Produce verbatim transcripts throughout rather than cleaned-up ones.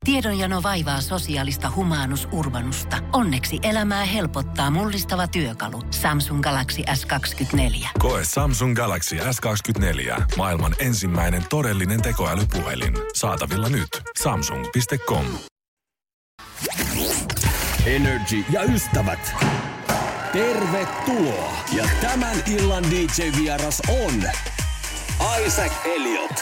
Tiedonjano vaivaa sosiaalista humanus urbanusta. Onneksi elämää helpottaa mullistava työkalu. Samsung Galaxy S kaksikymmentäneljä. Koe Samsung Galaxy S kaksikymmentäneljä. Maailman ensimmäinen todellinen tekoälypuhelin. Saatavilla nyt. Samsung piste com. Energy ja ystävät. Tervetuloa. Ja tämän illan D J-vieras on Isaac Elliot.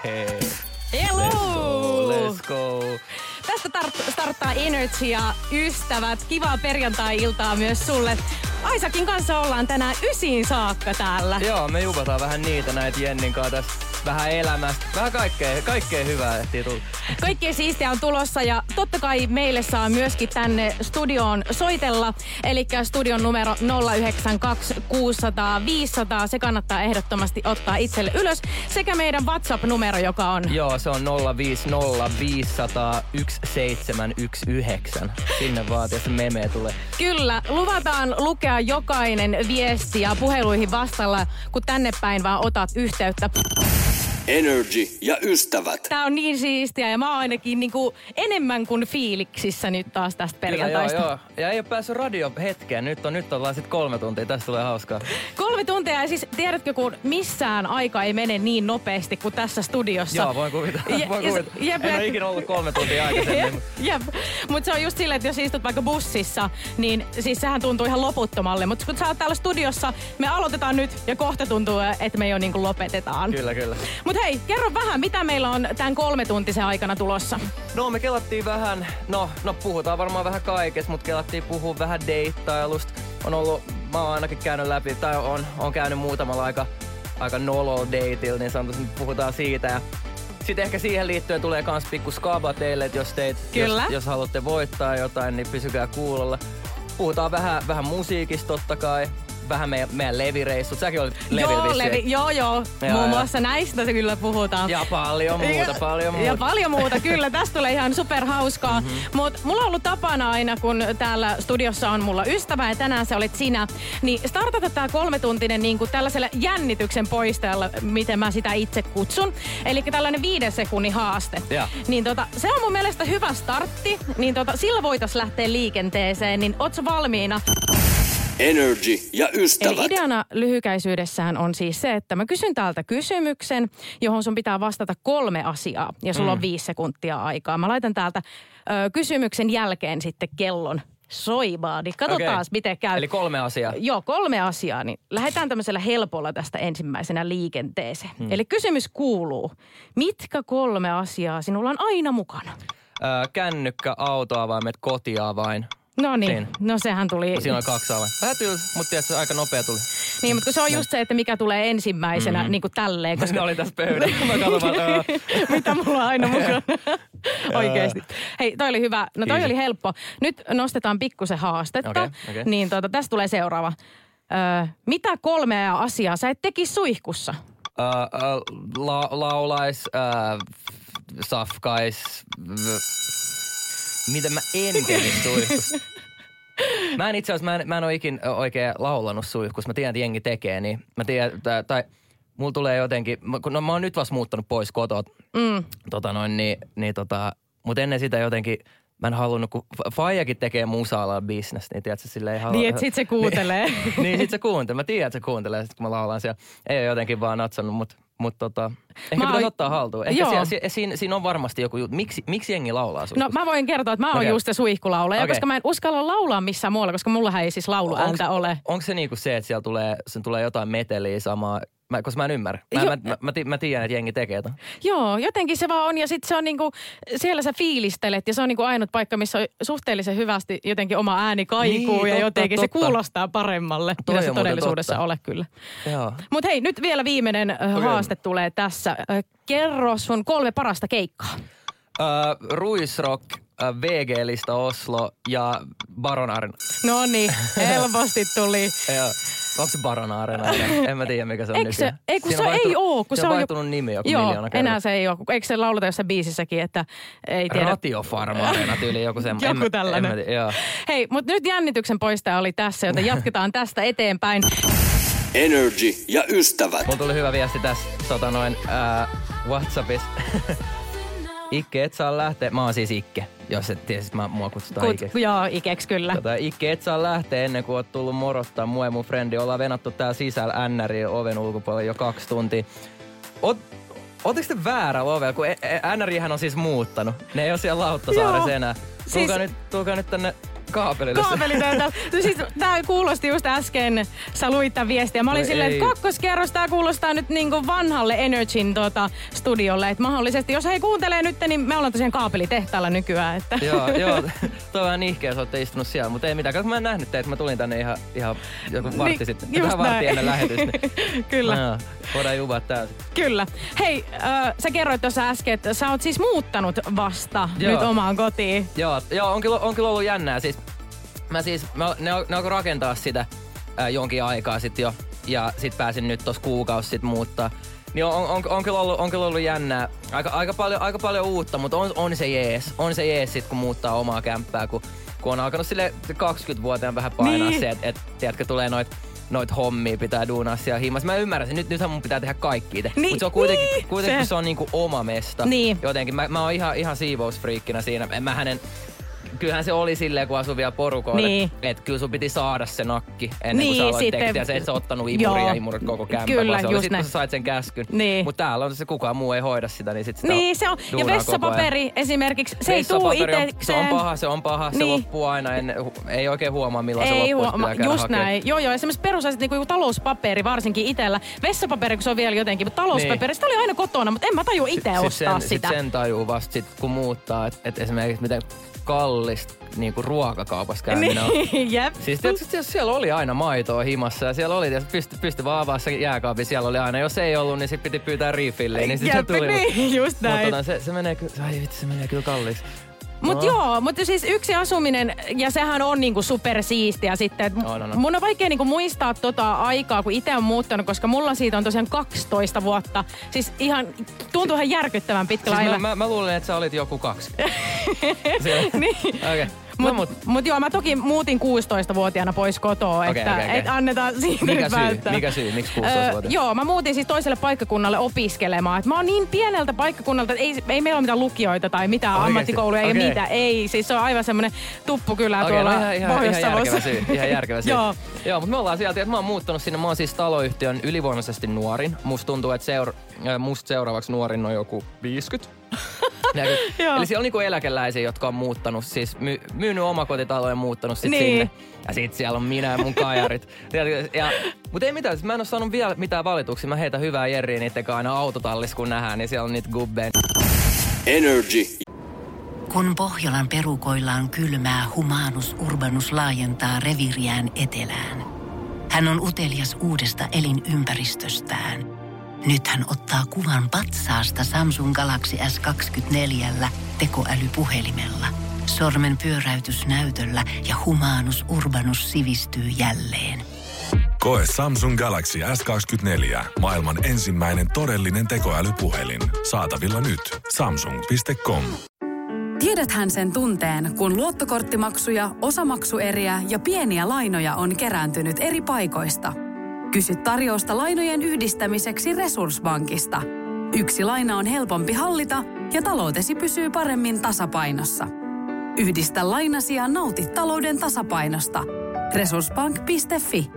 Hello! Let's go, let's go. Tästä tar- starttaa Energy ja ystävät. Kivaa perjantai-iltaa myös sulle. Aisakin kanssa ollaan tänään ysiin saakka täällä. Joo, me jupataan vähän niitä näitä Jennin kanssa tässä. Vähän elämästä. Vähän kaikkea, kaikkea hyvää ehtii tulla. Kaikkea siistiä on tulossa ja totta kai meille saa myöskin tänne studioon soitella. Eli studion numero nolla yhdeksän kaksi kuusi nolla nolla viisi nolla nolla. Se kannattaa ehdottomasti ottaa itselle ylös. Sekä meidän WhatsApp-numero, joka on... Joo, se on nolla viisi nolla viisi nolla nolla yksi seitsemän yksi yhdeksän. Sinne vaan, jos meme tulee. Kyllä, luvataan lukea jokainen viesti ja puheluihin vastalla, kun tänne päin vaan otat yhteyttä. Energy ja ystävät. Tää on niin siistiä ja mä oon ainakin niinku enemmän kuin fiiliksissä nyt taas tästä perjantaista. Kyllä, joo, joo. Ja ei ole päässyt radio hetkeen. Nyt on nyt ollaan sit kolme tuntia. Tästä tulee hauskaa. Kolme tuntia ja siis tiedätkö, kun missään aika ei mene niin nopeasti kuin tässä studiossa. Joo, voin kuvitella. Je, voin kuvitella. Jep, en ole ikinä ollut kolme tuntia aikaisemmin. Jep, mutta se on just silleen, että jos istut vaikka bussissa, niin siis sehän tuntuu ihan loputtomalle. Mutta kun sä oot täällä studiossa, me aloitetaan nyt ja kohta tuntuu, että me jo niinku lopetetaan. Kyllä, kyllä. Mut hei, kerro vähän, mitä meillä on tämän kolmetuntisen aikana tulossa? No, me kelattiin vähän, no, no puhutaan varmaan vähän kaikesta, mutta kelattiin puhua vähän deittailusta. On ollut, mä oon ainakin käynyt läpi, tai on, on käynyt muutamalla aika, aika nolo dateilla, niin sanotaan, että puhutaan siitä. Ja sitten ehkä siihen liittyen tulee kans pikku skaba teille, että jos, teit, jos, jos haluatte voittaa jotain, niin pysykää kuulolla. Puhutaan vähän, vähän musiikista totta kai. Vähän meidän, meidän levireissut. Säkin olit levillä Joo, levi, joo, joo. Ja, Muun ja. muassa näistä se kyllä puhutaan. Ja paljon muuta, ja, paljon muuta. Ja paljon muuta, kyllä. Tästä tulee ihan superhauskaa. Mm-hmm. Mutta mulla on ollut tapana aina, kun täällä studiossa on mulla ystävä ja tänään se olit sinä, niin startata tää kolmetuntinen niin kuin tällaisella jännityksen poistajalla, miten mä sitä itse kutsun. Eli tällainen viiden sekunnin haaste. Ja. Niin tota, se on mun mielestä hyvä startti. Niin tota, sillä voitais lähteä liikenteeseen, niin ootko valmiina? Energy ja ystävät. Eli ideana lyhykäisyydessään on siis se, että mä kysyn täältä kysymyksen, johon sun pitää vastata kolme asiaa. Ja sulla mm. on viisi sekuntia aikaa. Mä laitan täältä ö, kysymyksen jälkeen sitten kellon soimaan. Niin katsotaan, okay. miten käy. Eli kolme asiaa. Joo, kolme asiaa. Niin lähdetään tämmöisellä helpolla tästä ensimmäisenä liikenteeseen. Hmm. Eli kysymys kuuluu, mitkä kolme asiaa sinulla on aina mukana? Öö, kännykkä, autoavaimet, kotiavain. No niin, Siinä. no sehän tuli... No, siinä on kaksi avain. Vähän tylsä, mutta tiedätkö, aika nopea tuli. Niin, mutta kun se on just se, että mikä tulee ensimmäisenä, mm-hmm. niin kuin tälleen. Koska... Ne oli tässä pöydällä. Mä katson vaan, mitä mulla on aina mukana. Oikeesti. Hei, toi oli hyvä. No toi oli helppo. Nyt nostetaan pikkusen haastetta. Okay, okay. Niin tota, tästä tulee seuraava. Öö, mitä kolmea asiaa sä et tekisi suihkussa? Uh, uh, la- laulais, uh, safkais... V- Mitä mä en tekisi suihkussa? Mä en itse asiassa, mä en, mä en ole ikin oikein laulanut suihkussa. Mä tiedän, että jengi tekee, niin mä tiedän, tai, tai mulla tulee jotenkin, no mä oon nyt vasta muuttanut pois kotoa, mm. tota noin, niin, niin tota, mutta ennen sitä jotenkin, mä en halunnut, kun faijakin tekee musa-alalla business, niin tiedätkö, sille ei halua. Niin, että sit se kuuntelee. niin, niin, sit se kuuntelee. Mä tiedän, että se kuuntelee, sit kun mä laulan siellä. Ei ole jotenkin vaan natsannut, mutta mut tota, ehkä pitäisi oon... ottaa haltuun. Ehkä siellä, siinä, siinä, siinä on varmasti joku juttu. Miksi, miksi jengi laulaa suihkussa? No mä voin kertoa, että mä oon okay. just se suihkulaulaja, okay. koska mä en uskalla laulaa missään muualla, koska mullahan ei siis lauluääntä ole. Onko se niinku se, että siellä tulee, sen tulee jotain meteliä samaa? Mä, koska mä en ymmärrä. Mä, mä, mä, mä, mä tiedän, että jengi tekee tämän. Joo, jotenkin se vaan on. Ja sitten se on niinku, siellä sä fiilistelet ja se on niinku ainut paikka, missä on suhteellisen hyvästi jotenkin oma ääni kaikuu. Niin, ja totta, jotenkin totta. Se kuulostaa paremmalle, toi mitä se todellisuudessa totta. Ole kyllä. Mutta hei, nyt vielä viimeinen okay. haaste tulee tässä. Kerro sun kolme parasta keikkaa. Uh, Ruisrock, uh, V G-lista Oslo ja Baron Arena. No niin, helposti tuli. Joo. Onko se Baron Arena? En mä tiedä, mikä se on se, ei, kun se ei oo. Kun se, se on vaihtunut jo... nimi joku joo, miljoona kertaa. Enää se ei oo. Eikö se laulata jossain biisissäkin, että ei tiedä. Ratiofarma Arena tyyli joku semmoinen. Joku tällainen. En mä, joo. Hei, mutta nyt jännityksen poistaja oli tässä, joten jatketaan tästä eteenpäin. Energy ja ystävät. Mulla tuli hyvä viesti tässä tota noin, äh, WhatsAppissa. Ikke, et saa lähteä. Mä oon siis Ikke, jos et tiedä, mä, mua kutsutaan Kut, Ikeksi. Joo, Ikeksi kyllä. Tota, Ikke, et saa lähteä ennen kuin oot tullut morottaa. Mua ja mun frendi ollaan venattu täällä sisällä N R oven ulkopuolella jo kaksi tuntia. Oot, ootteko te väärällä ovella, kun N R:hän on siis muuttanut. Ne ei ole siellä Lauttasaaressa enää. Tulkaa, siis... nyt, tulkaa nyt tänne kaapelille. Kaapelitöntä. Siis tää kuulosti just äsken, sä luit tän viestiä. Mä olin no silleen, että kakkoskerros tää kuulostaa nyt niinku vanhalle Energyn tota, studiolle. Että mahdollisesti, jos he kuuntelee nyt, niin me ollaan tosiaan kaapelitehtaalla nykyään. Että. Joo, joo. Toi on vähän nihkeä, jos ootte istunut siellä. Mutta ei mitään. Kato, mä en nähnyt teitä. Mä tulin tänne ihan, ihan joku vartti niin, sitten. Vähän vartti ennen lähetystä. Kyllä. No, voidaan juvaa täällä. Kyllä. Hei, äh, sä kerroit tuossa äsken, että sä oot siis muuttanut vasta joo. nyt omaan kotiin. Joo, joo on, kyllä, on kyllä ollut jännää. Siis, mä siis, mä, ne, ne alkoi rakentaa sitä äh, jonkin aikaa sit jo. Ja sit pääsin nyt tossa kuukausi sit muuttaa. Niin on, on, on, on, kyllä ollut, on kyllä ollut jännää. Aika, aika, paljon, aika paljon uutta, mutta on, on se jees. On se jees sit, kun muuttaa omaa kämppää. Kun, kun on alkanut sille kaksikymmentävuotiaan vähän painaa niin. se, että et, tiedätkö, tulee noit noit hommia pitää duunaa siellä himmassa. Mä ymmärrän sen. Nyt, nythän mun pitää tehdä kaikki itse. Niin, Mutta se on kuitenkin, niin, kuitenkin se. se on niinku oma mesta. Niin. Jotenkin mä, mä oon ihan, ihan siivousfriikkinä siinä. En mä hänen... Kyllähän se oli silleen, kun asui vielä porukoille, niin. että kyllä sun piti saada se nakki ennen niin, kuin sä aloit tekstiä. Se, että sä ottanut imuria ja imurit koko kämpän, kyllä, vaan se oli sit, kun sä sait sen käskyn. Niin. Mutta täällä on se, kukaan muu ei hoida sitä, niin sit sitä niin, se on. Ja vessapaperi esimerkiksi, se ei tuu itsekseen. Se on paha, se on paha, niin. Se loppuu aina ennen, ei oikein huomaa milloin ei se loppuu. Huoma, just hakea. Näin. Joo, joo, ja semmoiset perusasiat, niin kuin talouspaperi varsinkin itsellä. Vessapaperi, kun se on vielä jotenkin, mutta talouspaperi, niin. Sitä oli aina kotona, mutta en mä taju itse ostaa sen, sitä. Sit sen tajuu vasta, sit, kun muuttaa, että et esimerkiksi miten kallista niinku ruokakaupassa käyminen on. Jep. Siis tietysti siellä oli aina maitoa himassa ja siellä oli, tietysti pysty, pysty vaan avaa se jääkaapi, siellä oli aina. Jos ei ollut, niin sit piti pyytää refilliä, niin sit se tuli. Niin, just näin. Mutta se, se menee kyllä, ai vitsi, se menee kyllä kalliiksi. Mut no. joo, mutta siis yksi asuminen, ja sehän on niinku supersiistiä sitten. No, no, no. Mun on vaikea niinku muistaa tota aikaa, kun itse on muuttanut, koska mulla siitä on tosiaan kaksitoista vuotta. Siis ihan, tuntuu ihan järkyttävän pitkällä siis ajalla. Mä, mä, mä luulen, että sä olit joku kaksi. niin. Okay. Mut, no, mut. mut joo, mä toki muutin kuusitoistavuotiaana pois kotoa, okay, että okay, okay. et annetaan siitä Mikä nyt syy? välttää. Mikä syy? Miksi kuusitoistavuotiaana? Öö, joo, mä muutin siis toiselle paikkakunnalle opiskelemaan. Et mä oon niin pieneltä paikkakunnalta, että ei, ei meillä ole mitään lukioita tai mitään oikeasti? Ammattikouluja eikä okay. mitään. Ei, siis se on aivan semmonen tuppukylä okay, tuolla no ihan, Pohjois-Savossa. Ihan järkevä syy. Ihan järkevä syy. joo. Joo, mutta me ollaan sieltä, että mä oon muuttanut sinne. Mä oon siis taloyhtiön ylivoimaisesti nuorin. Musta tuntuu, että seura- musta seuraavaksi nuorin on joku viisikymmentä. Eli siellä on niinku eläkeläisiä, jotka on muuttanut, siis my, myynyt omakotitaloja ja muuttanut sit niin. sinne. Ja sit siellä on minä ja mun kajarit. ja, mut ei mitään, mä en oo saanut vielä mitään valituksia. Mä heitän hyvää Jerriä niitten aina autotallis, kun nähdään, niin siellä on niitä gubbeja. Energy. Kun Pohjolan perukoillaan kylmää, Humanus Urbanus laajentaa reviriään etelään. Hän on utelias uudesta elinympäristöstään. Nyt hän ottaa kuvan patsaasta Samsung Galaxy S kaksikymmentäneljä tekoälypuhelimella. Sormen pyöräytys näytöllä ja Humanus Urbanus sivistyy jälleen. Koe Samsung Galaxy S kaksikymmentäneljä. Maailman ensimmäinen todellinen tekoälypuhelin. Saatavilla nyt. samsung piste com. Tiedäthän sen tunteen, kun luottokorttimaksuja, osamaksueriä ja pieniä lainoja on kerääntynyt eri paikoista. Kysy tarjousta lainojen yhdistämiseksi Resurssbankista. Yksi laina on helpompi hallita ja taloutesi pysyy paremmin tasapainossa. Yhdistä lainasi ja nauti talouden tasapainosta. Resurssbank piste fi.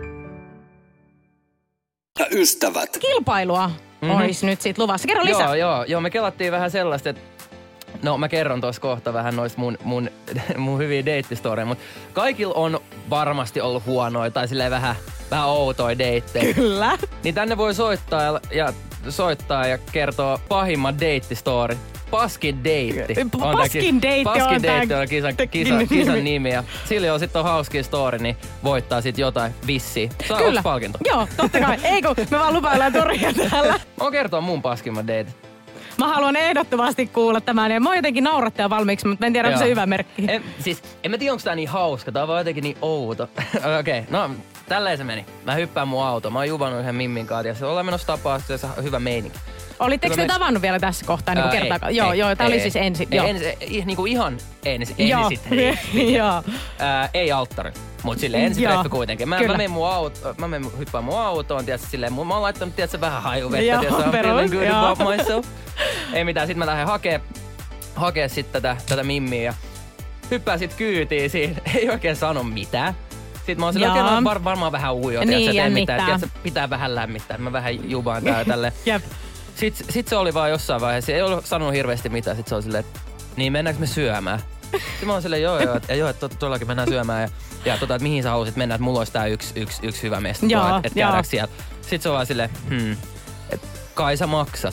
Ystävät. Kilpailua mm-hmm. olisi nyt sit luvassa. Kerro lisää. Joo, joo, joo. Me kelattiin vähän sellaista, että no mä kerron tuossa kohta vähän noista mun, mun, mun hyviä deittistoreja, mutta kaikilla on varmasti ollut huonoja tai silleen vähän, vähän outoja deittejä. Kyllä. Niin tänne voi soittaa ja, ja soittaa ja kertoa pahimman deittistory. Paskin deitti. On paskin deitti on Paskin deitti on kisan, kisan, kisan nimi. Ja sillä on sitten hauskin story, niin voittaa sitten jotain vissiä. Saa Kyllä. palkinto? Joo, totta kai. Ei kun me vaan lupaillaan toria täällä. Mä oon kertoa mun paskimman deitin. Mä haluan ehdottomasti kuulla tämän. Ja mä oon jotenkin naurattaa valmiiksi, mutta mä en tiedä, onko se hyvä merkki. En, siis, en mä tiedä, onko tää niin hauska. Tää on vaan jotenkin niin outo. Okei, okay, no tälleen se meni. Mä hyppään mun auto. Mä oon juvannut yhden Mimmin kanssa ja se ollaan menossa tapaa, se on hyvä meininki. Olitteko te tavannut vielä tässä kohtaa niin kuin kertaakaan? Joo, ei, joo, tää ei, oli siis ensin. Ei, joo. Ensi, niin kuin ihan ensin. Joo, joo. Ei alttari, mutta silleen ensitreffi kuitenkin. Mä, mä menen mun auto, mä menen hyppään mun autoon, tietysti silleen, mä oon laittanut tietysti vähän hajuvettä, tietysti I'm feeling good about myself. Ei mitään, sit mä lähden hakee. hakea sit tätä, tätä mimmiä ja hyppää sit kyytiin siinä. Ei oikein sano mitään. Sitten mä oon silleen, okei, okay, no var, varmaan vähän ujo, niin, tiedät, mitään, tiedät, pitää vähän lämmittää. Mä vähän jubaan täällä tälleen. Jep. Sitten sit se oli vaan jossain vaiheessa, ei ollut sanonut hirveästi mitään. Sitten se oli silleen, että niin mennäänkö me syömään? Sitten mä oon silleen, joo joo, että joo, et, todellakin mennään syömään. Ja, ja tota, että mihin sä halusit mennä, että mulla olisi tää yksi, yksi, yksi hyvä mesta, että et käydäänkö siellä. Sitten se on vaan silleen, hmm, että kai sä maksat.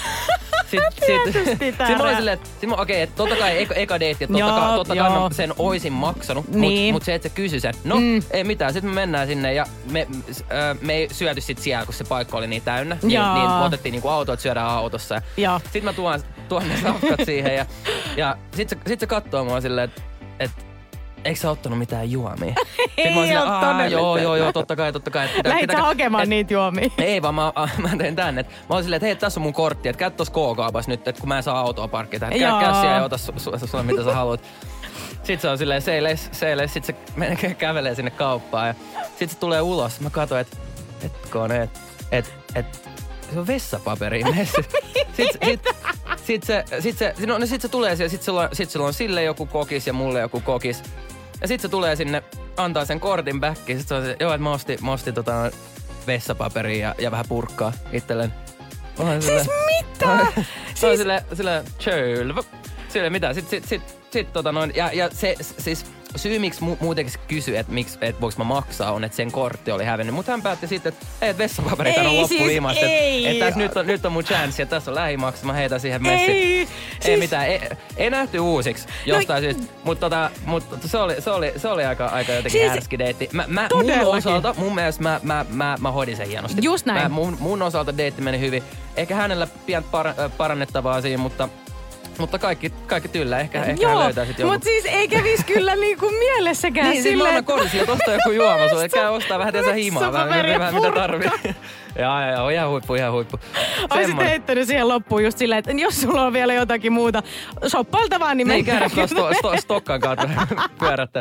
Sitten sit, sit mä olin silleen, että sit okei, että totta kai eka, eka deitti, että totta, kai, totta kai mä sen oisin maksanut, niin. Mutta mut se, että se kysyi sen. No, mm. ei mitään. Sitten me mennään sinne ja me, äh, me ei syöty sit siellä, kun se paikka oli niin täynnä. Niin, niin otettiin niinku auto, että syödään autossa. Ja sitten mä tuon, tuon ne safkat siihen ja, ja sit se, sit se kattoo mua silleen, että et, eikö sä ottanut mitään juomia? Ei mä sillä, ole joo, joo, joo, totta kai, totta kai. Lähit sä hakemaan et, niitä juomia? Ei vaan, mä, mä tein tänne. Mä olin silleen, että hei, tässä on mun kortti, että käy tossa K-kaupassa nyt, että kun mä en saa autoa parkkita. Käy, käy siellä ja ota sulle su, su, su, mitä sä haluat. Sitten se on silleen, seiles, seiles, sit se menee, kävelee sinne kauppaan ja sit se tulee ulos. Mä katsoin, että hetkone, että et, et, se on vessapaperi messissä. Sitten sit, sit se, sit se, no, no sit se tulee siellä, sit sillä on, sit sillä on sille joku kokis ja mulle joku kokis. Ja sit se tulee sinne, antaa sen kortin backiin. Sit se on se, joo, että mä ostin, mä ostin tota vessapaperia ja, ja vähän purkkaa itselleen. Siis mitä? Se on silleen, silleen, chill. Silleen mitä? Sit, sit, sit, sit tota noin, ja, ja se siis syy miksi mu- muutenkin se kysyi, että miksi, et voiko mä maksaa, on, että sen kortti oli hävinnyt. Mutta hän päätti sitten, että ei, et vessapaperit on loppu siis ilmasta. Että et tässä nyt on, nyt on mun chanssi, että tässä on lähimaksu, mä heitän siihen messiin. Ei, ei siis mitään, ei, ei nähty uusiksi jostain no, syystä. Mutta tota, mut se, oli, se, oli, se oli aika, aika jotenkin siis härski deitti. Mä, mä, mun osalta, mun mielestä mä, mä, mä, mä hoidin sen hienosti. Just näin. Mä, mun, mun osalta deitti meni hyvin. Ehkä hänellä pientä par, parannettavaa siinä, mutta... Mutta kaikki, kaikki tyllä, ehkä, ehkä hän löytää sit joku. Mutta siis ei kävis kyllä niinku mielessäkään niin, silleen. Niin, siis mä annan kodissa, että ostaa joku juoma sulle. Käy ostaa vähän tässä himaa, vähän, vähän mitä tarvii. Jaa, jaa, jaa, ihan huippu, ihan huippu. Oisit heittänyt siihen loppuun just silleen, että jos sulla on vielä jotakin muuta shoppailtavaa, niin mennään. Ei käydä sto, sto, stokkaan kautta pyörättää.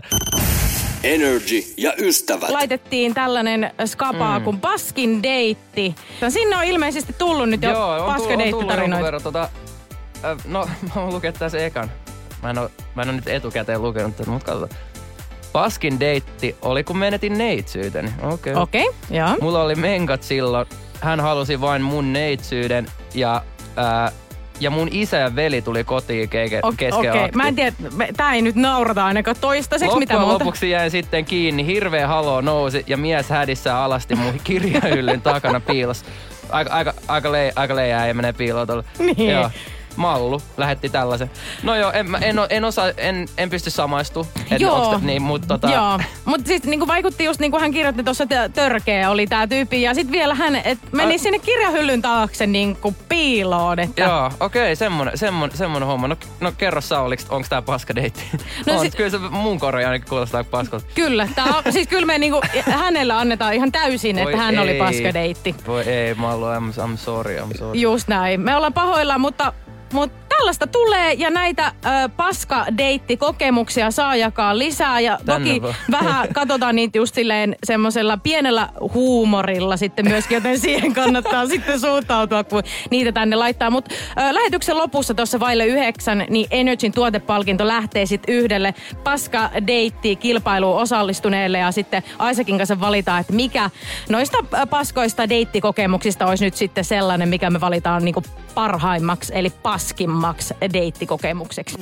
Energy ja ystävät. Laitettiin tällainen skapaa mm. kuin Paskin deitti. Sinne on ilmeisesti tullut nyt jo paskadeitti-tarinoita. Tota, no, mä voin lukea tässä ekan. Mä en oo, mä en oo nyt etukäteen lukenut tätä, mutta katsotaan. Paskin deitti oli, kun menetin neitsyyteni. Okei. Okay. Okei, okay, joo. Mulla oli menkat silloin. Hän halusi vain mun neitsyyden ja... Ää, ja mun isä ja veli tuli kotiin ke- okay, kesken Okei, akti. mä en tiedä, tää ei nyt naurata ainakaan toistaiseksi, mitä Loppujen muuta. lopuksi jäin sitten kiinni, hirveä haloo nousi ja mies hädissään alasti mun kirjahyllyn takana piilos. Aika, aika, aika, le- aika leijää ja menee piiloon tuolla. Niin. Joo. Mallu lähetti tällaisen. No joo, en, en, en, osaa, en, en pysty samaistumaan. Joo. Niin, mutta tota... Joo, mutta siis niinku vaikutti just niin kuin hän kirjoitti tuossa, että törkeä oli tää tyyppi. Ja sit vielä hän et meni A... sinne kirjahyllyn taakse niinku piiloon. Että... Joo, okei, okay, semmonen, semmonen, semmonen homma. No, no kerro sä, onko tää paskadeitti? No, on, si- kyllä se mun korja ainakin kuulostaa paskolta. Kyllä, tää on, siis kyllä me niinku hänelle annetaan ihan täysin, että hän ei. oli paskadeitti. Voi ei, mä oon I'm, I'm sorry, I'm sorry. Just näin. Me ollaan pahoillaan, mutta... Mutta tällaista tulee ja näitä ö, paskadeitti-kokemuksia saa jakaa lisää ja toki vähän katsotaan niitä just silleen semmoisella pienellä huumorilla sitten myöskin, joten siihen kannattaa sitten suhtautua, kun niitä tänne laittaa. Mutta lähetyksen lopussa tuossa vaille yhdeksän, niin Energyn tuotepalkinto lähtee sitten yhdelle paskadeitti-kilpailuun osallistuneelle ja sitten Aisakin kanssa valitaan, että mikä noista paskoista deittikokemuksista olisi nyt sitten sellainen, mikä me valitaan niinku parhaimmaksi, eli paskimmaksi deittikokemukseksi.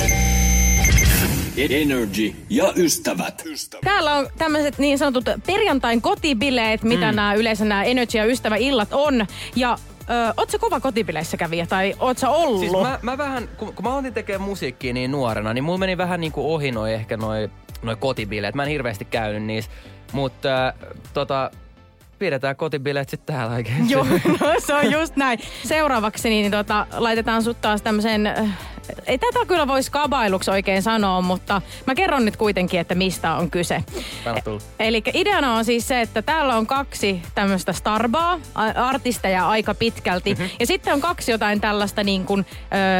Energy ja ystävät. Täällä on tämmöiset niin sanotut perjantain kotibileet, mitä mm. nämä yleensä nämä Energy ja ystäväillat on. Ja ö, oot sä kova kotibileissä kävijä tai oot sä ollut? Siis mä, mä vähän, kun, kun mä aloitin tekemään musiikkia niin nuorena, niin mulla meni vähän niin kuin ohi noi ehkä noi, noi kotibileet. Mä en hirveästi käynyt niissä, mutta äh, tota... Pidetään kotibileet sitten täällä oikein. Joo, no se on just näin. Seuraavaksi niin tota, laitetaan sut taas tämmösen... Ei tätä kyllä voisi kabailuksi oikein sanoa, mutta mä kerron nyt kuitenkin, että mistä on kyse. Eli ideana on siis se, että täällä on kaksi tämmöistä starbaa, artisteja aika pitkälti. Mm-hmm. Ja sitten on kaksi jotain tällaista niin kuin... Öö,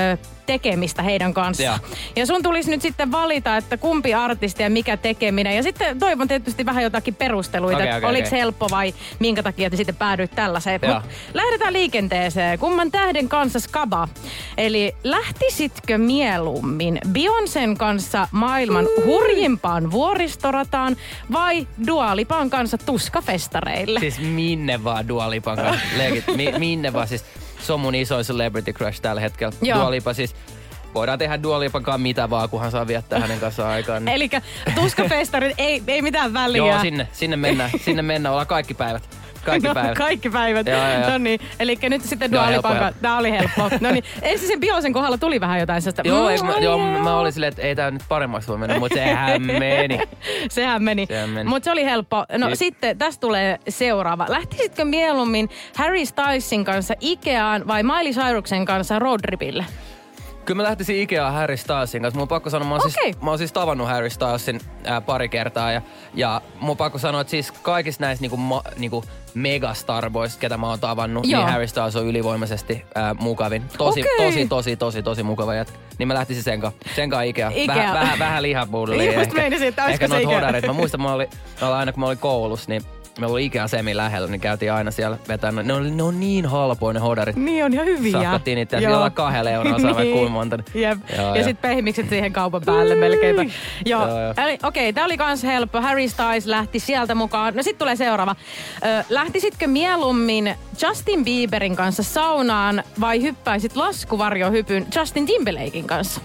tekemistä heidän kanssaan. Ja. Ja sun tulisi nyt sitten valita, että kumpi artisti ja mikä tekeminen. Ja sitten toivon tietysti vähän jotakin perusteluita, Okei, okay, okei, oliko okei. helppo vai minkä takia te sitten päädyit tällaiseen. Ja. Mut lähdetään liikenteeseen. Kumman tähden kanssa skaba? Eli lähtisitkö mieluummin Beyoncén kanssa maailman hurjimpaan vuoristorataan vai Dua Lipan kanssa tuskafestareille? Siis minne vaan Dua Lipan kanssa. Legit, mi, minne vaan siis. Se on mun isoin celebrity crush tällä hetkellä. Joo. Dua Lipa siis. Voidaan tehdä Dua Lipan kanssa mitä vaan, kunhan saa viettää hänen kanssaan aikaan. Niin. Elikkä tuskafestarit ei, ei mitään väliä. Joo, sinne, sinne mennään. Sinne mennään. Ollaan kaikki päivät. Kaikki no, päivät. Kaikki päivät. Joo, joo. No niin, elikkä nyt sitten Joo, Dua helppo, Lipan helppo. kanssa. Tää oli helppo. No niin, ensin sen Beyoncén kohdalla tuli vähän jotain sellaista. Joo, eikö mä, mm, joo, joo. mä olin silleen, että ei tää nyt paremmaksi voi mennä, mutta sehän meni. Sehän meni. Sehän meni. Mutta se oli helppo. No Jep. sitten tästä tulee seuraava. Lähtisitkö mieluummin Harry Stylesin kanssa Ikeaan vai Miley Cyrusen kanssa roadtripille? Kyllä mä lähtisin Ikeaan Harry Stylesin kanssa. Mun on pakko sanoa, mä oon, Okei. siis, mä oon siis tavannut Harry Stylesin ää, pari kertaa. Ja, ja mun on pakko sanoa, että siis kaikista näistä niinku, ma, niinku megastarboista, ketä mä oon tavannut, Joo. niin Harry Styles on ylivoimaisesti ää, mukavin. Tosi, Okei. tosi, tosi, tosi, tosi mukava jätkä. Niin mä lähtisin sen kanssa. Sen kanssa Ikea. Ikea. Vähän, vähän, vähän lihapuudelia. Just ehkä, meinasin, että olisiko ehkä se noita Ikea. hodareita. Mä muistan, mä olin, mä olin aina kun mä olin koulussa, niin me oli Ikea Semi lähellä, niin käytiin aina siellä vetämään. Ne on, ne on niin halpoja ne hodarit. Niin on ihan hyviä. Safkattiin niitä, Joo. jolla kahdella euroa saa vaikka kuinka monta. Jep. Joo, ja joo. sitten pehmikset siihen kaupan päälle melkeinpä. Joo. Joo, joo. Eli okei, okay, tää oli kans helppo. Harry Styles lähti sieltä mukaan. No sit tulee seuraava. Ö, lähtisitkö mieluummin Justin Bieberin kanssa saunaan vai hyppäisit laskuvarjohypyn Justin Timberlaken kanssa?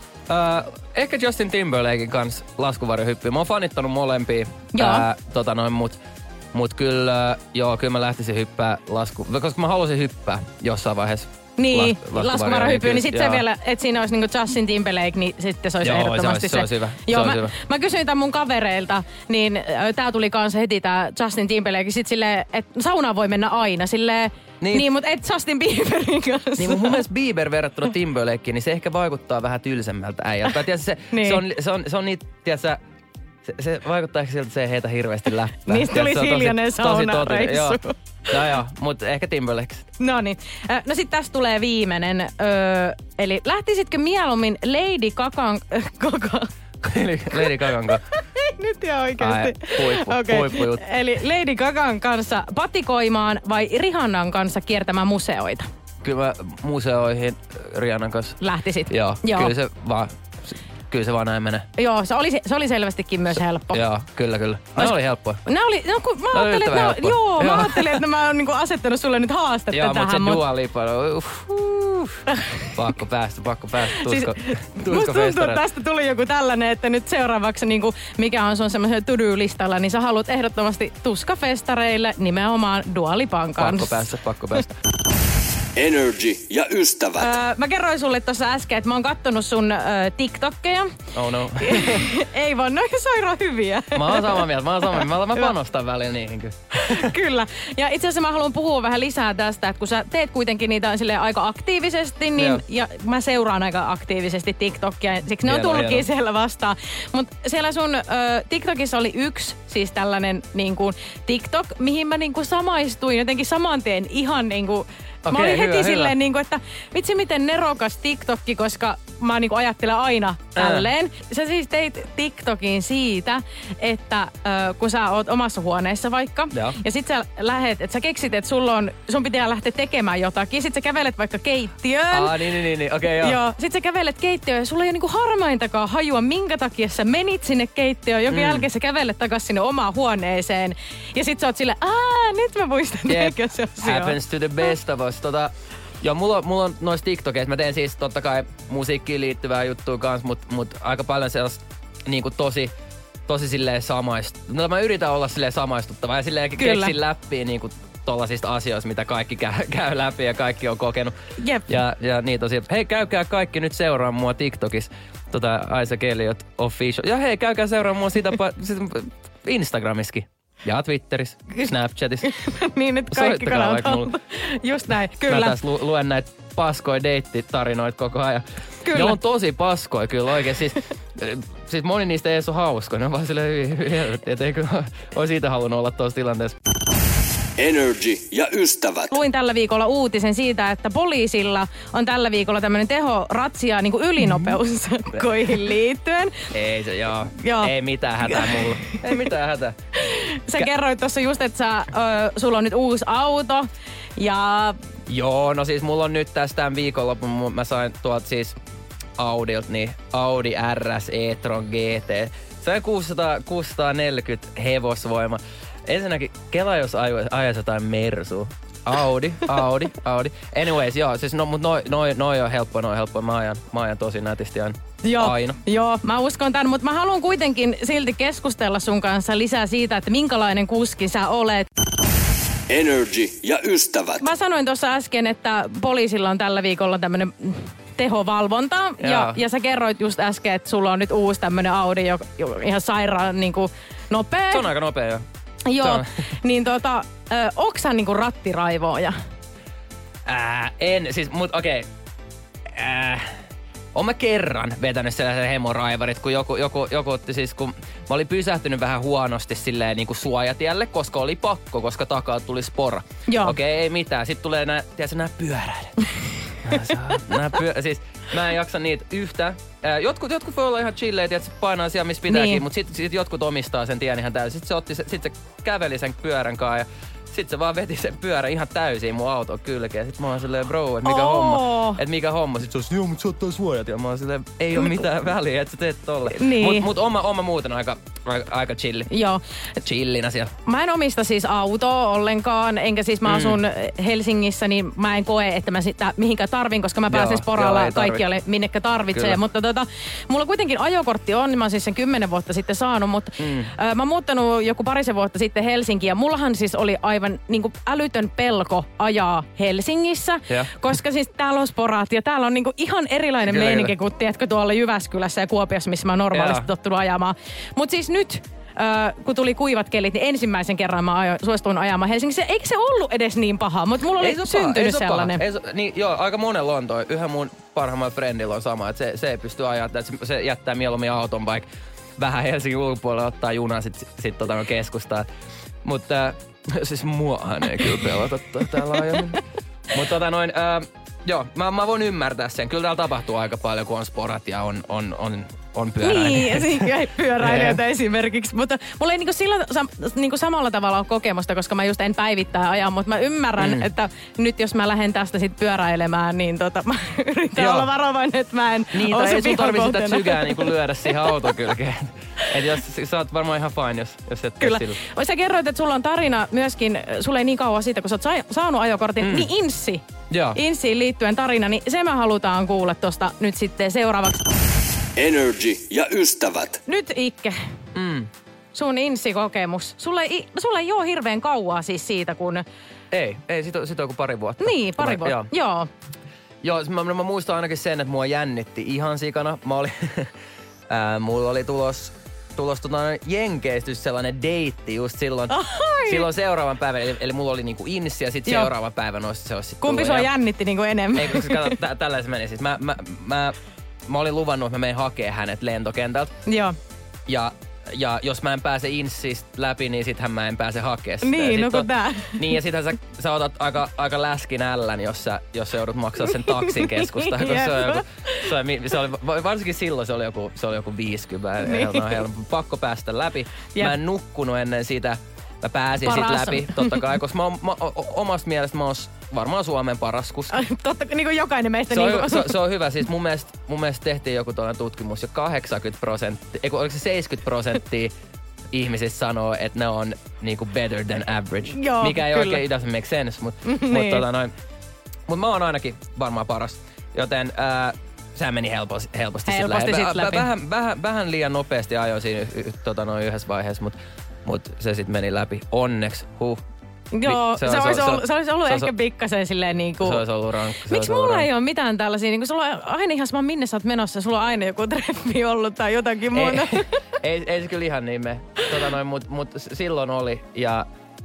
Öö, ehkä Justin Timberlaken kanssa laskuvarjohyppyä. Mä oon fanittanut molempia. Joo. Ää, tota noin, mut, mut kyllä, joo, kyllä mä lähtisin hyppää lasku... Koska mä halusin hyppää jossain vaiheessa. Niin, las- laskuvarjohypy, niin sitten se joo. vielä, että siinä olisi niinku Justin Timberlake, niin sitten se olisi Joo, se ehdottomasti olisi- se olisi hyvä. Se Joo, olisi mä, hyvä. mä kysyin tämän mun kavereilta, niin äh, tää tuli kanssa heti tää Justin Timberlake, sit silleen, että saunaan voi mennä aina, silleen, niin, Niin. niin mutta et Justin Bieberin kanssa. Niin, mun mielestä Bieber verrattuna Timberlakeen, niin se ehkä vaikuttaa vähän tylsemmältä äijältä. Tiedätkö, se, Niin. se, on, se, on, se on niitä, tiedätkö, se, se vaikuttaa ehkä siltä, että se ei heitä hirveästi läppää. Niistä tuli Tiedätkö, se on tosi- hiljainen tosi totinen. saunareissu. Joo, joo, joo mutta ehkä Timberlake. No niin. Äh, No sit tästä tulee viimeinen. Öö, eli lähtisitkö mieluummin Lady Gagan... Äh, Gaga. Eli Lady Gagan kanssa. Ei nyt ihan oikeesti. Ai, huippu, Okei. huippujuttu. Eli Lady Gagan kanssa patikoimaan vai Rihannan kanssa kiertämään museoita? Kyllä mä museoihin Rihannan kanssa. Lähtisit? Joo, Joo. Kyllä, se vaan, kyllä se vaan näin menee. Joo, se oli, se oli selvästikin myös helppo. Joo, kyllä, kyllä. Ne Olis- oli helppoa. Nämä oli, no kun mä oli ajattelin, että, yllättävän nää- helppoa. joo, mä Joo. ajattelin, että mä oon niinku asettanut sulle nyt haastetta Joo, mutta se tähän. mut- Dua Lipa, no, uff, uff. Pakko päästä, pakko päästä. Siis, Tusko, musta tuntuu, että tuskafestareille. tästä tuli joku tällainen, että nyt seuraavaksi, niin kuin, mikä on sun semmoisella to-do-listalla, niin sä haluat ehdottomasti tuskafestareille nimenomaan Dua Lipan kanssa. Pakko päästä, pakko päästä. Energy ja ystävät. Öö, mä kerroin sulle tuossa äsken, että mä oon kattonut sun öö, TikTokkeja. Oh no. Ei vaan, ne on sairaan hyviä. Mä oon samaa mieltä, mä oon samaa mieltä. Mä, mä panostan välillä niihin kyllä. Kyllä. Ja itse asiassa mä haluan puhua vähän lisää tästä, että kun sä teet kuitenkin niitä silleen aika aktiivisesti, niin Joo. ja mä seuraan aika aktiivisesti TikTokia, siksi ne on Hieno, tullutkin hieno. siellä vastaan. Mutta siellä sun ö, TikTokissa oli yksi siis tällainen niin kuin TikTok, mihin mä niin kuin samaistuin jotenkin saman tien ihan niin kuin mä Okei, olin heti hyvä, silleen, hyvä. niin kuin, että vitsi miten nerokas TikTokki, koska mä niin kuin ajattelen aina tälleen. Sä siis teit TikTokin siitä, että ö, kun sä oot omassa huoneessa vaikka, Joo. ja sit sä lähet, että sä keksit, että sulla on, sun pitää lähteä tekemään jotakin, sit sä kävelet vaikka keittiöön. Aa, niin, niin, niin, niin. okei, okay, joo. Joo, sit sä kävelet keittiöön ja sulla ei ole niinku harmaintakaan hajua, minkä takia sä menit sinne keittiöön, jonka mm. jälkeen sä kävelet takas sinne omaan huoneeseen. Ja sit sä oot silleen, aa, nyt mä muistan, Jep. eikö se ole Happens to the best of us. Tota, joo, mulla, on- mulla on noissa TikTokeissa, mä teen siis totta kai musiikkiin liittyvää juttua kanssa, mut, mut aika paljon sellaista niinku tosi, tosi silleen samaist... No mä yritän olla silleen samaistuttava ja silleen Kyllä. keksin läppiä niinku tollasista asioista, mitä kaikki käy, käy läpi ja kaikki on kokenut. Jep. Ja, ja niin tosiaan, hei käykää kaikki nyt seuraa mua TikTokissa, tota Isaac Elliot Official. Ja hei käykää seuraa mua sitä, pa- sitä Instagramissakin. Ja Twitterissä, Snapchatissa. niin, että kaikki Soittakaa kanavat vaikka on. mulle. Just näin, Mä kyllä. tässä lu- luen näitä paskoja deittitarinoita koko ajan. Kyllä. Ne on tosi paskoja kyllä oikein. Siis, siis moni niistä ei edes ole hauskoja. Ne on vaan silleen hyvin, hyvin helvetti, et eikö olisi siitä halunnut olla tuossa tilanteessa. Energy ja ystävät. Luin tällä viikolla uutisen siitä, että poliisilla on tällä viikolla tämmöinen tehoratsia niin kuin ylinopeussakkoihin liittyen. Ei se, joo. Joo. Ei mitään hätää mulla. Ei mitään hätää. Sä Kä- kerroit tuossa just, että sä, ö, sulla on nyt uusi auto ja... Joo, no siis mulla on nyt tästä tämän viikonlopun, mä sain tuolta siis Audilta, niin Audi R S e-tron G T. Se on kuusisataa, kuusisataaneljäkymmentä hevosvoima. Ensinnäkin, kela jos ajaisi jotain Mersua. Audi, Audi, Audi. Anyways, joo, siis no, mut noi, noi, noi on helppo, noi on helppo. Mä ajan, mä ajan tosi nätisti aina. Joo, aina. joo, mä uskon tämän, mutta mä haluan kuitenkin silti keskustella sun kanssa lisää siitä, että minkälainen kuski sä olet. Energy ja ystävät. Mä sanoin tuossa äsken, että poliisilla on tällä viikolla tämmönen tehovalvonta. Ja, ja sä kerroit just äsken, että sulla on nyt uusi tämmönen Audi, joka ihan sairaan niinku nopea. Se on aika nopea, joo. Joo, niin tota, ö, onks sä niinku rattiraivoja? Ää, en, siis mut okei. Okay. Oon mä kerran vetänyt sellaisen hemoraivarit, kun joku, joku, joku otti siis, kun mä olin pysähtynyt vähän huonosti silleen niinku suojatielle, koska oli pakko, koska takaa tuli spora. Okei, okay, ei mitään. Sitten tulee nää, tiedätkö, nää pyöräilijät. nää pyö, siis mä en jaksa niitä yhtä. Ää, jotkut, jotkut voi olla ihan chilleitä, että se painaa siellä, missä pitääkin, niin. Mutta sitten sit jotkut omistaa sen tien ihan täysin. Sitten se, otti se, sit se käveli sen pyörän kanssa ja sitten se vaan veti sen pyörän ihan täysin mun auton kylkeen. Sitten mä oon silleen, bro, että mikä oh. homma? Että mikä homma? Sitten se on, joo, mutta sä ottaa suojat. Ja mä oon silleen, ei oo mitään väliä, että sä teet tolle. Niin. Mut, mut oma, oma muuten aika, aika, aika chilli. Joo. Chillinä siellä. Mä en omista siis autoa ollenkaan, enkä siis mä asun mm. Helsingissä, niin mä en koe, että mä sitä mihinkään tarvin, koska mä pääsen sporalla kaikkialle, minnekä tarvitsee. Kyllä. Mutta tota, mulla kuitenkin ajokortti on, mä oon siis sen kymmenen vuotta sitten saanut, mutta mm. äh, mä oon muuttanut joku parisen vuotta sitten Helsinkiin ja mullahan siis oli aivan niinku älytön pelko ajaa Helsingissä, ja. Koska siis täällä on sporat ja täällä on niinku ihan erilainen kyllä, meininki kuin tiedätkö tuolla Jyväskylässä ja Kuopiossa, missä mä normaalisti ja. tottunut ajamaan. Mutta siis nyt, äh, kun tuli kuivat kelit, niin ensimmäisen kerran mä ajo, suostuin ajamaan Helsingissä. Eikö se ollut edes niin paha, mutta mulla oli syntynyt paha, sellainen. Ei se, niin, joo, aika monella on toi. Yhden mun parhaimman friendilla on sama, että se, se ei pysty ajamaan, että se, se jättää mieluummin auton vaikka vähän Helsingin ulkopuolella, ottaa junan sit, sit tota keskustaan. Mutta äh, siis muahan ei kyllä pelata täällä aiemmin. Mutta tota noin, äh, joo, mä, mä voin ymmärtää sen. Kyllä täällä tapahtuu aika paljon, kun on sporat ja on, on, on, on pyöräilijät. Niin, ja pyöräilijöitä esimerkiksi. Mutta mulla ei niinku sillä, niinku samalla tavalla ole kokemusta, koska mä just en päivittää ajan. Mutta mä ymmärrän, mm. että nyt jos mä lähden tästä sit pyöräilemään, niin tota, mä yritän joo. olla varovainen, että mä en niin, ole se ei sun tarvitse sitä sykää niinku lyödä siihen autokylkeen. Et jos sä oot varmaan ihan fine, jos, jos et kyllä. Sillä. Sä kerroit, että sulla on tarina myöskin, sulla ei niin kauan siitä, kun sä oot sa- saanut ajokortin, mm. niin Inssi. Joo. Inssiin liittyen tarina, niin se me halutaan kuulla tosta nyt sitten seuraavaksi. Energy ja ystävät. Nyt Ikke, mm. sun Inssi-kokemus. Sulla ei, sulla ei ole hirveän kauaa siis siitä, kun... Ei, ei, sit on, sit on kuin pari vuotta. Niin, pari vuotta, joo. joo. Joo, mä, mä muistan ainakin sen, että mua jännitti ihan sikana. Mä olin... Ää, mulla oli tulos, tulos tota, jenkeistys sellainen deitti just silloin, silloin seuraavan päivän. Eli, eli mulla oli niinku Inssi ja sitten seuraavan päivän olisi se olisi kumpi sua jännitti niinku enemmän? Ei, koska kato, tä, tällä se meni. Siis mä, mä, mä, mä olin luvannut, että mä menen hakemaan hänet lentokentältä. Joo. Ja, ja jos mä en pääse Inssistä läpi, niin sittenhän mä en pääse hakemaan sitä. Niin, no kun on, tää. Niin, ja sittenhän sä, sä otat aika, aika läskin ällän, jos sä, jos sä joudut maksaa sen taksin keskustaan. Koska se on joku, se, on, se oli, varsinkin silloin se oli joku, se oli joku viisikymmentä. Niin. Pakko päästä läpi. Jep. Mä en nukkunut ennen sitä. Mä pääsin sit läpi, totta kai, koska mä, mä, omasta mielestä mä oon varmaan Suomen paras kuski. Totta, niin kuin jokainen meistä. Se on, niin kuin... se, se on hyvä. Siis mun mielestä, mun mielestä tehtiin joku toinen tutkimus, ja kahdeksankymmentä prosenttia, eikö oliko se seitsemänkymmentä prosenttia ihmisistä sanoo, että ne on niinku better than average. Joo, mikä ei kyllä. oikein doesn't make sense, mutta niin. mut, tota noin, mut mä oon ainakin varmaan paras. Joten ää, sehän meni helposti, helposti, helposti sit läpi. Vähän, vähän, vähän liian nopeasti ajoin siinä y, y, tota noin yhdessä vaiheessa, mutta mut se sitten meni läpi. Onneksi, huh. Joo, se, se, olisi, se, ollut, se olisi ollut se, ehkä pikkasen silleen niinku... Se olisi ollut rankka. Miksi mulla rankka. Ei ole mitään tällaisia, niinku sulla on aina ihan sama minne sä oot menossa, sulla on aina joku treffi ollut tai jotakin muuta. Ei, ei, ei se kyllä ihan niin me, tota noin, mut, mut silloin oli ja...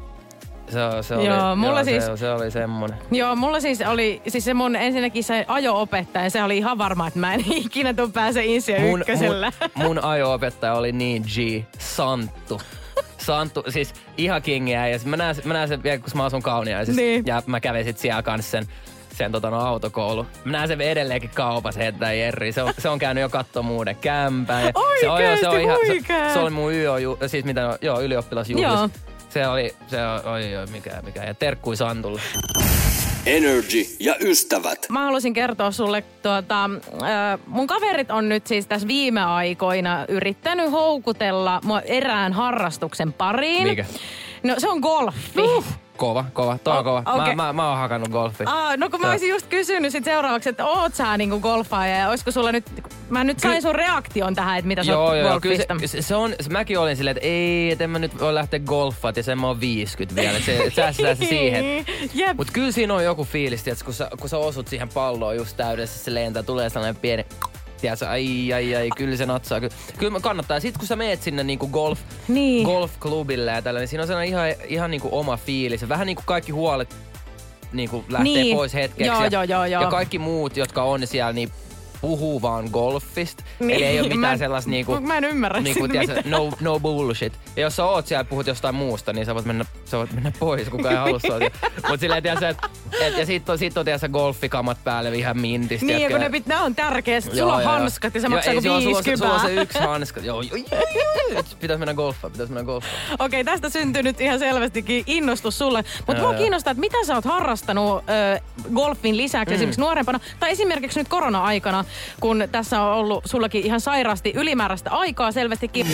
Se, se, oli, joo, mulla joo, siis, se, se oli semmonen. Joo, mulla siis oli siis se mun ensinnäkin se ajo-opettaja. Se oli ihan varma, että mä en ikinä tuu pääse Inssiä ykkösellä. Mun, mun ajo-opettaja oli niin G, Santtu. Santtu, siis ihan kingiä. Ja mä näen, mä näen sen vielä, kun mä asun Kauniaisissa. Niin. Ja mä kävin sit siellä kanssa sen, sen tota, no, autokoulu. Mä näen sen edelleenkin kaupassa heittää Jerri. Se on, se on käynyt jo kattoo muuden kämpää. Ja se on, jo, se on ihan, se, se oli mun yö, siis mitä, no, joo, ylioppilasjuhlis. Joo. Se oli, se oli, oi, mikä, mikä. Ja terkkui Santulle. Energy ja ystävät. Mä haluaisin kertoa sulle, tuota, äh, mun kaverit on nyt siis tässä viime aikoina yrittänyt houkutella mua erään harrastuksen pariin. Mikä? No se on golfi. Uh. Kova, kova. Toi on kova. Okay. Mä, mä, mä oon hakannut golfia. Aa, no kun mä olisin just kysynyt sit seuraavaksi, että oot sä niinku golfaaja ja olisiko sulla nyt, mä nyt sain sun reaktion tähän, että mitä sä oot golfista. Joo, se, se on, se, mäkin olin silleen, että ei, että en mä nyt voi lähteä golfaat ja sen mä oon viisikymmentä vielä. Se, säästää se siihen. Yep. Mut kyllä siinä on joku fiilis, että kun sä, kun sä osut siihen palloon just täydessä, se lentää, tulee sellainen pieni... Tiedätkö, ai, ai, ai, kyllä se natsaa. Kyllä, kyllä kannattaa. Sitten kun sä meet sinne niinku golf, niin. golf-klubille ja tällä, niin siinä on sellainen ihan, ihan niinku oma fiilis. Vähän niinku kaikki huolet niinku lähtee niin. pois hetkeksi. Joo, ja, joo, joo, joo. ja kaikki muut, jotka on siellä, niin puhuu vaan golfista. Niin. Eli ei ole mitään mä, sellaista niinku... Mä en ymmärrä niinku, tiedätkö, no, no bullshit. Ja jos sä oot siellä ja puhut jostain muusta, niin sä voit mennä, sä voit mennä pois, kukaan ei halua sua. Mut silleen, tiedätkö, että et, ja sit on, sit on tiedätkö, golfikamat päälle ihan mintistä. Niin, ja kun ne, pit, ne on tärkeä. Sulla joo, on joo. hanskat ja se maksaa kuin viisikymmentä. Sulla on se yksi hanska. Joo, joo, joo. Pitäis mennä golfaan, pitäis mennä golfaan. Okei, okay, tästä syntyy nyt ihan selvästikin innostus sulle. Mutta mua kiinnostaa, että mitä sä oot harrastanut äh, golfin lisäksi mm. esimerkiksi nuorempana. Tai esimerkiksi nyt korona-aikana, kun tässä on ollut sullakin ihan sairaasti ylimääräistä aikaa selvästikin.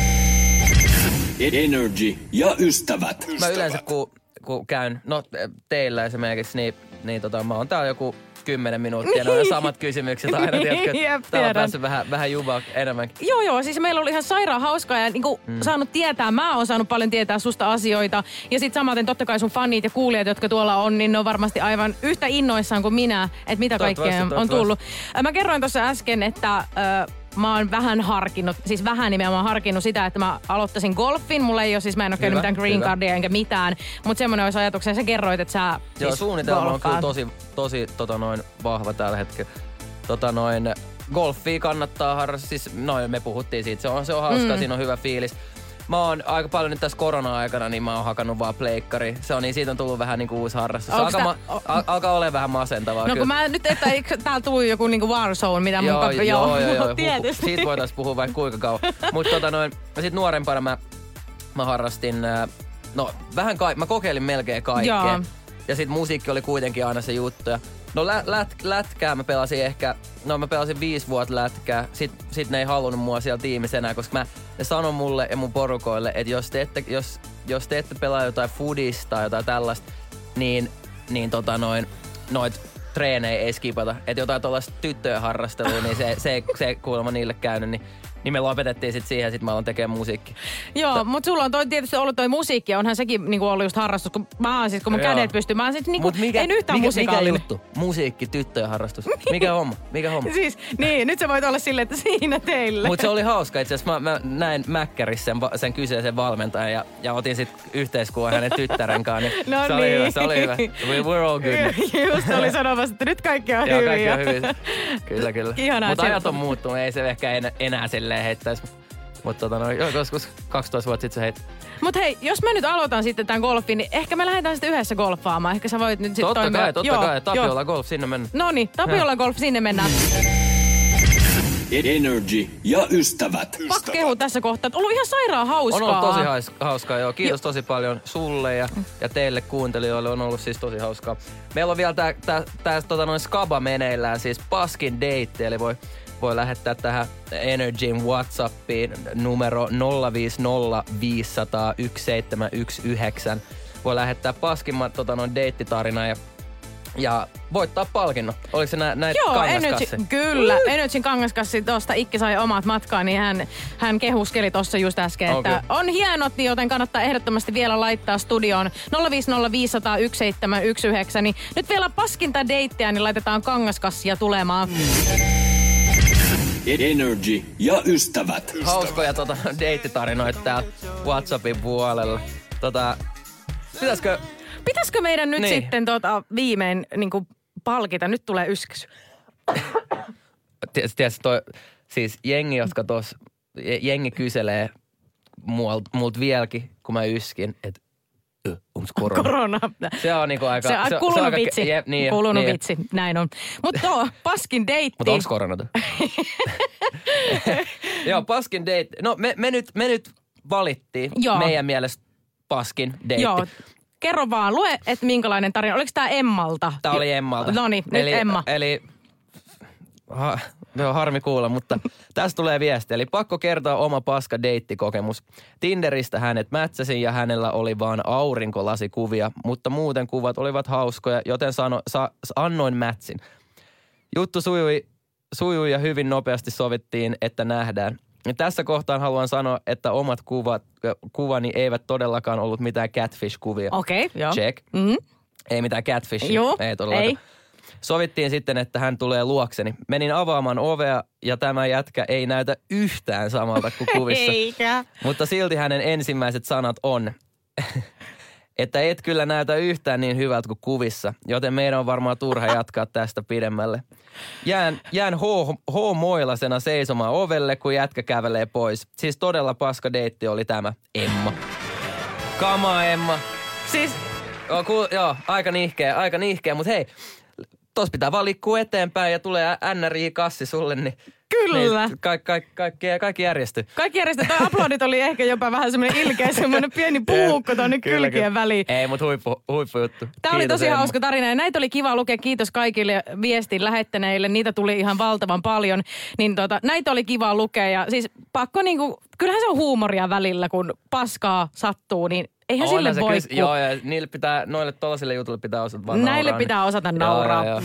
Energy ja ystävät. Mä yleensä kun, kun käyn, no teillä esimerkiksi, niin, niin tota, mä oon täällä joku kymmenen minuuttia. Ne on samat kysymykset aina, tiedätkö? Täällä on päässyt vähän, vähän jubaa enemmänkin. Joo, joo. Siis meillä oli ihan sairaan hauskaa ja niinku mm. saanut tietää, mä oon saanut paljon tietää susta asioita. Ja sit samaten totta kai sun fanit ja kuulijat, jotka tuolla on, niin ne on varmasti aivan yhtä innoissaan kuin minä, että mitä kaikkea on tullut. Mä kerroin tuossa äsken, että... Äh, Mä oon vähän harkinnut, siis vähän nimenomaan harkinnut sitä, että mä aloittaisin golfin. Mulla ei ole, siis mä en ole käynyt mitään green cardia enkä mitään. Mutta semmoinen olisi ajatuksena, sä kerroit, että sä Joo, siis suunnitelma golfaat. on kyllä tosi, tosi tota noin, vahva tällä hetkellä. Tota noin, golfia kannattaa harrastaa, siis noin me puhuttiin siitä, se on, se on hauskaa, mm. siinä on hyvä fiilis. Mä oon aika paljon nyt tässä korona-aikana, niin mä oon hakannut vaan pleikkari. Se on niin, siitä on tullut vähän niinku uusi harrastus. Alkaa, ma- al- alkaa olemaan vähän masentavaa. No kyllä. kun mä nyt, että täällä tuli joku niinku Warzone, mitä mun joo, kakka, joo, joo, joo, tietysti. Siitä voitais puhua vaikka kuinka kauan. Mutta tota noin, sit nuorempana mä, mä harrastin, no vähän kai, mä kokeilin melkein kaikkea. Joo. Ja sit musiikki oli kuitenkin aina se juttu. Ja no lät, lät, lätkää mä pelasin ehkä, no mä pelasin viisi vuotta lätkää. Sit, sit ne ei halunnut mua siellä tiimissä enää, koska mä, ne sanoi mulle ja mun porukoille, että jos te ette, jos, jos te ette pelaa jotain foodista tai jotain tällaista, niin, niin tota noin, noit treenejä ei skipata. Että jotain tuollaista tyttöjen harrastelua, niin se, se, se ei kuulemma niille käynyt, niin Niin me lopetettiin sit siihen, sit mä aloin tekemään musiikki. Joo, mutta sulla on toi, tietysti ollut toi musiikki, onhan sekin niinku ollut just harrastus, kun mä oon siis, kun mun Joo. kädet pystyy, mä oon sit niinku, mikä, en yhtään mikä, musikaalinen. Mikä juttu? Musiikki, tyttöjen harrastus. Mikä homma? Mikä homma? Siis, niin, nyt se voit olla silleen, että siinä teille. Mutta se oli hauska itse asiassa. Mä, mä näin Mäkkärissä sen, sen kyseisen valmentajan ja, ja otin sit yhteiskuvan hänen tyttären kanssa. Niin no se niin. oli hyvä, se oli hyvä. We were all good. Just oli sanomassa, että nyt kaikki on Joo, hyviä. kaikki on hyviä. Kyllä, kyllä. Ihanaa. Mutta ajat on muuttunut, ei se ehkä enää, enää silleen heittäisi. Mutta tota, no, joskus kaksitoista vuotta sitten se heitti. Mut hei, jos mä nyt aloitan sitten tämän golfin, niin ehkä me lähdetään sitten yhdessä golfaamaan. Ehkä sä voit nyt sitten totta toimia. Kai, totta joo, kai, Tapiola golf, sinne mennään. Noniin, Tapiola golf, sinne mennään. Energy ja ystävät. Pakko kehua tässä kohtaa, että ollut ihan sairaan hauskaa. On ollut tosi hauskaa, joo. Kiitos jo. tosi paljon sulle ja, ja teille kuuntelijoille. On ollut siis tosi hauskaa. Meillä on vielä tää, tää, tää tota noin skaba meneillään, siis paskin date, eli voi... Voi lähettää tähän Energyn WhatsAppiin numero nolla viisi nolla viisi nolla nolla yksi seitsemän yksi yhdeksän. Voi lähettää paskimman tota, noin deittitarina ja, ja voittaa palkinnon. Oliko se nä, näitä kangaskassi? Energy, kyllä. Uh. Energyn kangaskassi tuosta Ikki sai omat matkaan, niin hän, hän kehuskeli tuossa just äsken, okay. että on hienot, niin joten kannattaa ehdottomasti vielä laittaa studioon nolla viisi nolla viisi nolla nolla yksi seitsemän yksi yhdeksän. Niin nyt vielä paskinta deittiä, niin laitetaan kangaskassia tulemaan. Energy ja ystävät. Hauskoja tota, deittitarinoita täällä WhatsAppin puolella. Tota, pitäisikö... Pitäisikö meidän nyt niin. sitten tota, viimein niin kuin palkita? Nyt tulee yskäsy. Tiedätkö toi, siis jengi, jotka tuossa, jengi kyselee multa mult vieläkin, kun mä yskin, että onko korona? Korona. Se on niinku aika... Se on se, kulunut se on aika, vitsi. Je, niin, kulunut niin. vitsi, näin on. Mutta tuo paskin deitti. Mutta onko korona? Joo, paskin deitti. No me, me, nyt, me nyt valittiin Joo. meidän mielestä paskin deitti. Joo. Kerro vaan, lue, että minkälainen tarina. Oliko tämä Emmalta? Tämä oli Emmalta. No niin, nyt eli, Emma. Eli... Ha, on harmi kuulla, mutta tästä tulee viesti. Eli pakko kertoa oma paska deittikokemus. Tinderistä hänet mätsäsin ja hänellä oli vaan aurinkolasikuvia, mutta muuten kuvat olivat hauskoja, joten sano, sa, annoin mätsin. Juttu sujui, sujui ja hyvin nopeasti sovittiin, että nähdään. Ja tässä kohtaan haluan sanoa, että omat kuvat, kuvani eivät todellakaan ollut mitään catfish-kuvia. Okei, okay, joo. Check. Mm-hmm. Ei mitään catfishia. Joo, ei todellakaan. Ei. Sovittiin sitten, että hän tulee luokseni. Menin avaamaan ovea ja tämä jätkä ei näytä yhtään samalta kuin kuvissa. Eikä. Mutta silti hänen ensimmäiset sanat on, että et kyllä näytä yhtään niin hyvältä kuin kuvissa, joten meidän on varmaan turha jatkaa tästä pidemmälle. Jään, jään ho- hoomoilasena seisomaan ovelle, kun jätkä kävelee pois. Siis todella paska deitti oli tämä, Emma. Kama Emma. Siis... Joo, ku, joo aika nihkeä, aika nihkeä, mutta hei... Tuossa pitää vaan liikkua eteenpäin ja tulee N R I-kassi sulle, niin... Kyllä. Niin kaikki, kaikki, kaikki, kaikki järjestyy. Kaikki järjestyy. Toi aplodit oli ehkä jopa vähän semmoinen ilkeä, semmoinen pieni puukko tuonne kylkien väliin. Ei, mutta huippu, huippujuttu. Tämä oli tosi Emma. Hauska tarina ja näitä oli kiva lukea. Kiitos kaikille viestin lähettäneille. Niitä tuli ihan valtavan paljon. Niin tota, näitä oli kiva lukea ja siis pakko niinku... Kyllähän se on huumoria välillä, kun paskaa sattuu, niin... Eihän sille voi. Kyllä, joo, ja niille pitää, noille tollasille jutuille pitää osata vaan Näille nauraa. pitää niin. osata nauraa. Joo, joo,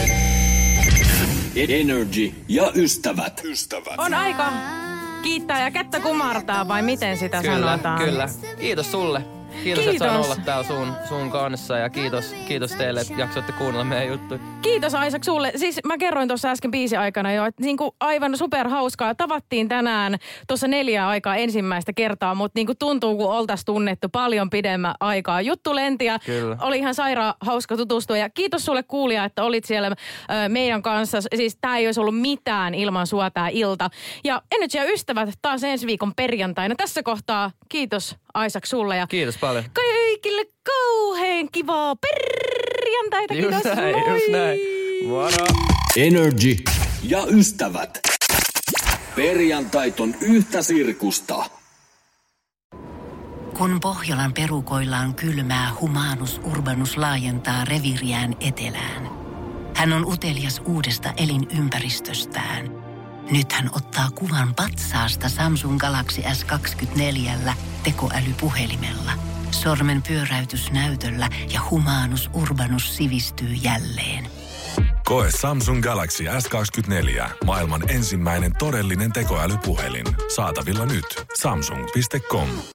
joo. Energy ja ystävät. ystävät. On aika kiittää ja kättä kumartaa, vai miten sitä kyllä, sanotaan? Kyllä, kiitos sulle. Kiitos, kiitos. että sain olla täällä sun, sun kanssa ja kiitos, kiitos teille, että jaksoitte kuunnella meidän juttuja. Kiitos Aisak sulle. Siis mä kerroin tuossa äsken biisin aikana jo, että niinku aivan superhauskaa. Tavattiin tänään tuossa neljä aikaa ensimmäistä kertaa, mutta niinku tuntuu, kun oltaisiin tunnettu paljon pidemmän aikaa. Juttu lenti ja Kyllä. oli ihan sairaan hauska tutustua. Ja kiitos sulle kuulija, että olit siellä ö, meidän kanssa. Siis tää ei olisi ollut mitään ilman sua tää ilta. Ja Energy ja ystävät taas ensi viikon perjantaina. Tässä kohtaa kiitos Aisak sulle. Ja kiitos paljon. Kaikille kauhean kivaa perjantaita. Just Kiitos. näin, Moi. just näin. Moro. Energy ja ystävät. Perjantait on yhtä sirkusta. Kun Pohjolan perukoillaan kylmää, Humanus Urbanus laajentaa reviiriään etelään. Hän on utelias uudesta elinympäristöstään. Nyt hän ottaa kuvan patsaasta Samsung Galaxy S kaksikymmentäneljä tekoälypuhelimella. Sormen pyöräytys näytöllä ja Humanus Urbanus sivistyy jälleen. Koe Samsung Galaxy S kaksikymmentäneljä, maailman ensimmäinen todellinen tekoälypuhelin. Saatavilla nyt. Samsung piste com.